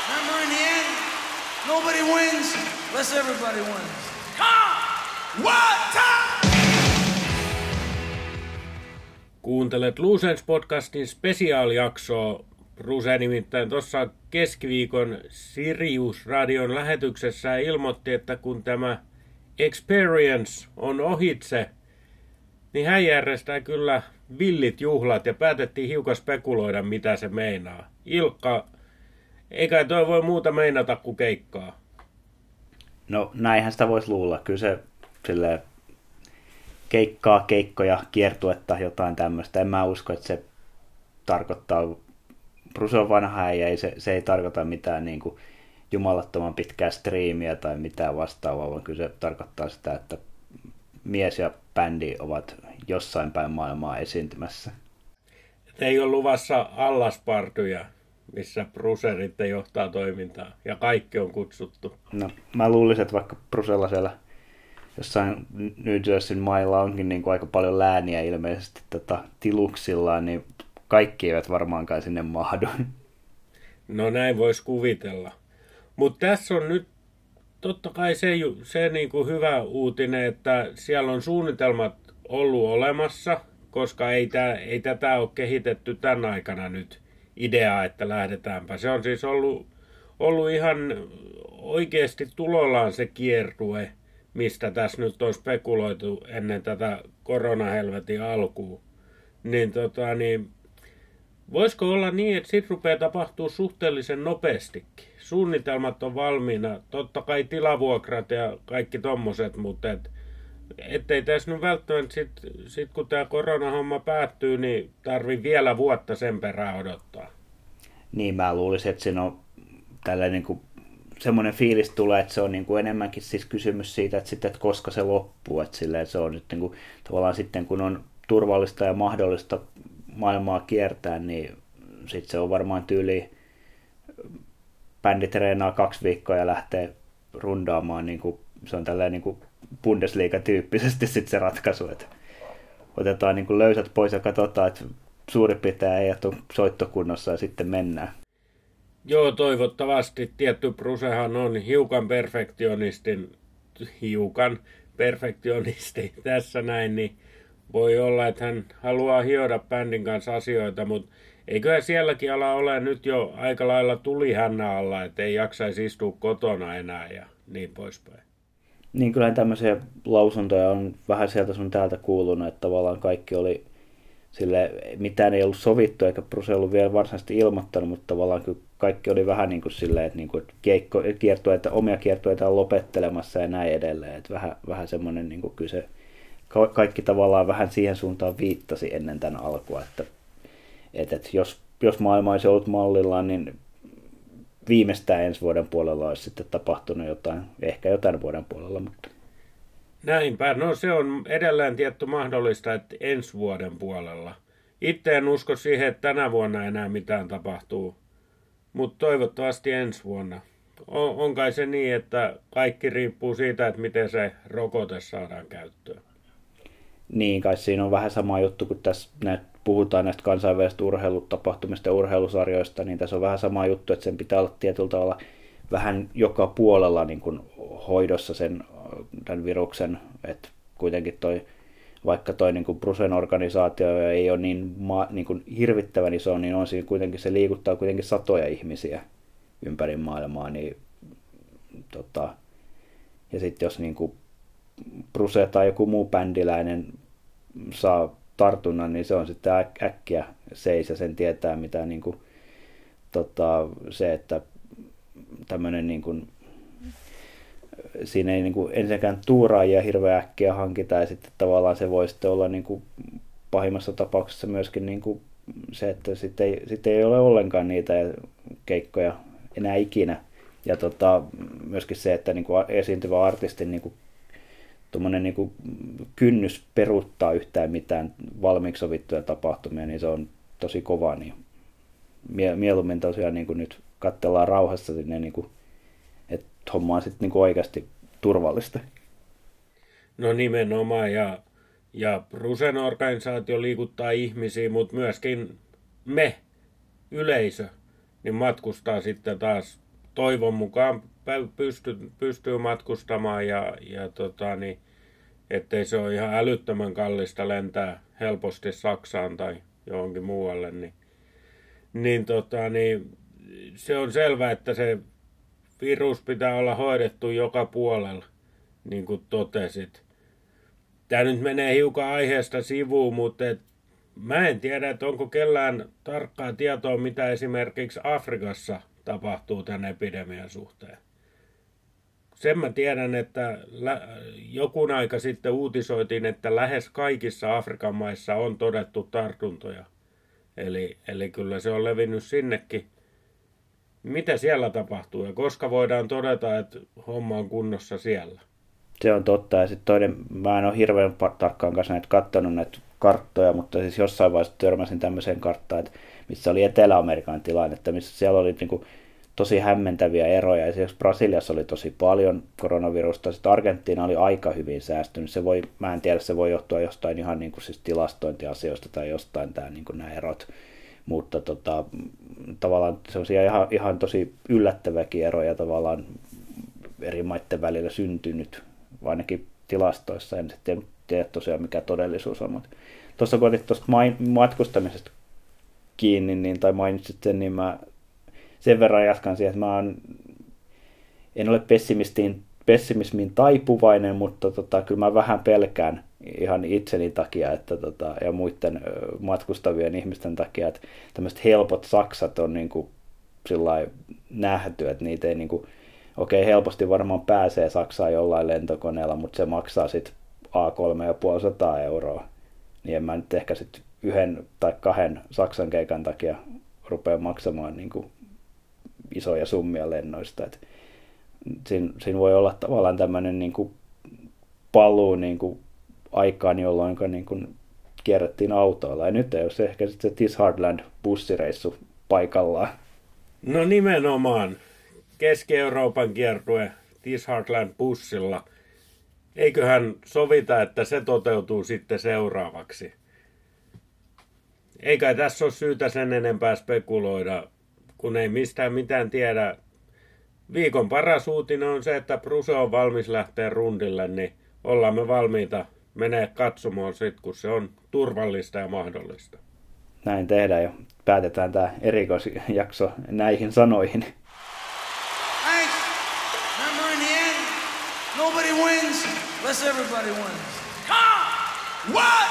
Remember, in the end, nobody wins unless everybody wins. Come! What time? Kuuntelet Loosens-podcastin spesiaalijaksoa. Bruse nimittäin tuossa keskiviikon Sirius-radion lähetyksessä ilmoitti, että kun tämä Experience on ohitse, niin hän järjestää kyllä villit juhlat ja päätettiin hiukan spekuloida, mitä se meinaa. Ilkka, eikä toi voi muuta meinata kuin keikkaa. No näinhän sitä voisi luulla. Kyllä se silleen keikkoja, kiertuetta, jotain tämmöistä. En mä usko, että se tarkoittaa, Bruse on vanha ja se ei tarkoita mitään niin kuin jumalattoman pitkää striimiä tai mitään vastaavaa, vaan kyllä se tarkoittaa sitä, että mies ja bändi ovat jossain päin maailmaa esiintymässä. Ei ole luvassa allaspartyja, missä Bruserit johtaa toimintaa ja kaikki on kutsuttu. No mä luulisin, että vaikka Brusella siellä jossain New Jerseyn mailla onkin niin kuin aika paljon lääniä ilmeisesti tiluksillaan, niin kaikki eivät varmaankaan sinne mahdu. No näin voisi kuvitella. Mutta tässä on nyt totta kai se niin kuin hyvä uutinen, että siellä on suunnitelmat ollut olemassa, koska ei tätä ole kehitetty tämän aikana nyt ideaa, että lähdetäänpä. Se on siis ollut ihan oikeasti tulollaan se kiertue, mistä tässä nyt on spekuloitu ennen tätä koronahelvetin alkuun. Niin voisiko olla niin, että sit rupeaa tapahtuu suhteellisen nopeastikin? Suunnitelmat on valmiina, totta kai tilavuokrat ja kaikki tommoset, mutta ettei tässä nyt välttämättä sit kun tämä koronahomma päättyy, niin tarvii vielä vuotta sen perään odottaa. Niin mä luulisin, että siinä on tällainen niin kuin semmoinen fiilis tulee, että se on niin kuin enemmänkin siis kysymys siitä, että koska se loppuu. Että silleen se on nyt niin kuin, tavallaan sitten, kun on turvallista ja mahdollista maailmaa kiertää, niin sitten se on varmaan tyyli, bändi treenaa 2 viikkoa ja lähtee rundaamaan. Niin kuin, se on tällainen niin kuin Bundesliga-tyyppisesti sitten se ratkaisu, että otetaan niin kuin löysät pois ja katsotaan, että suurin piirtein ei ole soittokunnossa ja sitten mennään. Joo, toivottavasti. Tietty Brusehan on hiukan perfektionisti tässä näin, niin voi olla, että hän haluaa hioda bändin kanssa asioita, mutta eiköhän sielläkin ala ole nyt jo aika lailla tulihännä alla, että ei jaksaisi istua kotona enää ja niin poispäin. Niin kyllähän tämmöisiä lausuntoja on vähän sieltä sun täältä kuulunut, että tavallaan kaikki oli sille mitään ei ollut sovittu, eikä Bruse ollut vielä varsinaisesti ilmoittanut, mutta tavallaan kyllä kaikki oli vähän niin kuin silleen, että, niin kuin, että omia kiertueita on lopettelemassa ja näin edelleen. Että vähän semmoinen, niin kuin kyllä se, kaikki tavallaan vähän siihen suuntaan viittasi ennen tämän alkua, että jos maailma olisi ollut mallillaan, niin viimeistään ensi vuoden puolella olisi sitten tapahtunut jotain, ehkä jotain vuoden puolella, mutta näinpä, no se on edelleen tietty mahdollista, että ensi vuoden puolella. Itse en usko siihen, että tänä vuonna enää mitään tapahtuu, mutta toivottavasti ensi vuonna. On kai se niin, että kaikki riippuu siitä, että miten se rokote saadaan käyttöön. Niin, kai siinä on vähän sama juttu, kun tässä puhutaan näistä kansainvälisistä urheilutapahtumista ja urheilusarjoista, niin tässä on vähän sama juttu, että sen pitää olla tietyllä tavalla vähän joka puolella niin kuin hoidossa tämän viruksen, että kuitenkin vaikka toi niin kuin Brusen organisaatio ei ole niin kuin hirvittävän iso, niin on siinä kuitenkin, se liikuttaa kuitenkin satoja ihmisiä ympäri maailmaa, niin ja sitten jos niin kuin Bruse tai joku muu bändiläinen saa tartunnan, niin se on sitten äkkiä seis ja sen tietää, mitä niin kuin, se, että tämmöinen niin kuin, siinä ei niin kuin ensinnäkään tuuraajia hirveän äkkiä hankita ja sitten tavallaan se voi sitten olla niin kuin pahimmassa tapauksessa myöskin niin kuin se, että sitten ei ole ollenkaan niitä keikkoja enää ikinä. Ja myöskin se, että niin kuin esiintyvä artistin niin kuin tuommoinen niin kuin kynnys peruuttaa yhtään mitään valmiiksi sovittuja tapahtumia, niin se on tosi kova. Niin mieluummin tosiaan niin kuin nyt katsellaan rauhassa sinne, niin kuin, että homma on sitten niin kuin oikeasti turvallista. No nimenomaan, ja Brusen organisaatio liikuttaa ihmisiä, mutta myöskin me, yleisö, niin matkustaa sitten taas toivon mukaan pystyy matkustamaan ja ettei se ole ihan älyttömän kallista lentää helposti Saksaan tai johonkin muualle, niin se on selvää, että se virus pitää olla hoidettu joka puolella, niin kuin totesit. Tämä nyt menee hiukan aiheesta sivuun, mutta mä en tiedä, että onko kellään tarkkaa tietoa, mitä esimerkiksi Afrikassa tapahtuu tämän epidemian suhteen. Sen mä tiedän, että joku aika sitten uutisoitiin, että lähes kaikissa Afrikan maissa on todettu tartuntoja. Eli kyllä se on levinnyt sinnekin. Mitä siellä tapahtuu ja koska voidaan todeta, että homma on kunnossa siellä? Se on totta. Ja sitten toinen, mä en ole hirveän tarkkaan kanssa katsonut näitä karttoja, mutta siis jossain vaiheessa törmäsin tämmöiseen karttaan, että missä oli Etelä-Amerikan tilanne, että missä siellä oli niinku tosi hämmentäviä eroja. Esimerkiksi Brasiliassa oli tosi paljon koronavirusta, sitten Argentiina oli aika hyvin säästynyt. Mä en tiedä, se voi johtua jostain ihan niin kuin siis tilastointiasioista tai jostain niin kuin nämä erot. Mutta tavallaan sellaisia ihan tosi yllättäviäkin eroja tavallaan eri maiden välillä syntynyt, ainakin tilastoissa. En tiedä tosiaan mikä todellisuus on, mutta tuossa kun olit tuosta matkustamisesta kiinni tai mainitsit sen, niin mä sen verran jatkan siihen, että en ole pessimismiin taipuvainen, mutta kyllä mä vähän pelkään ihan itseni takia ja muiden matkustavien ihmisten takia, että tämmöiset helpot saksat on niin kuin sillai nähty, että niitä ei niin kuin, helposti varmaan pääsee Saksaan jollain lentokoneella, mutta se maksaa sitten A350 euroa, niin en mä nyt ehkä sitten 1 tai 2 Saksan keikan takia rupea maksamaan niin kuin isoja summia lennoista. Et siinä voi olla tavallaan tämmöinen niin kuin paluu niin kuin aikaan, jolloin niin kuin kierrettiin autoilla. Ja nyt ei ole se ehkä sitten se This Heartland bussireissu paikallaan. No nimenomaan. Keski-Euroopan kiertue This Heartland bussilla. Eiköhän sovita, että se toteutuu sitten seuraavaksi. Eikä tässä ole syytä sen enempää spekuloida, kun ei mistään mitään tiedä. Viikon paras uutinen on se, että Bruce on valmis lähteä rundille, niin ollaan me valmiita menee katsomaan sit, kun se on turvallista ja mahdollista. Näin tehdään ja päätetään tämä erikoisjakso näihin sanoihin. Thanks. Remember in the end, nobody wins unless everybody wins. Come on! What?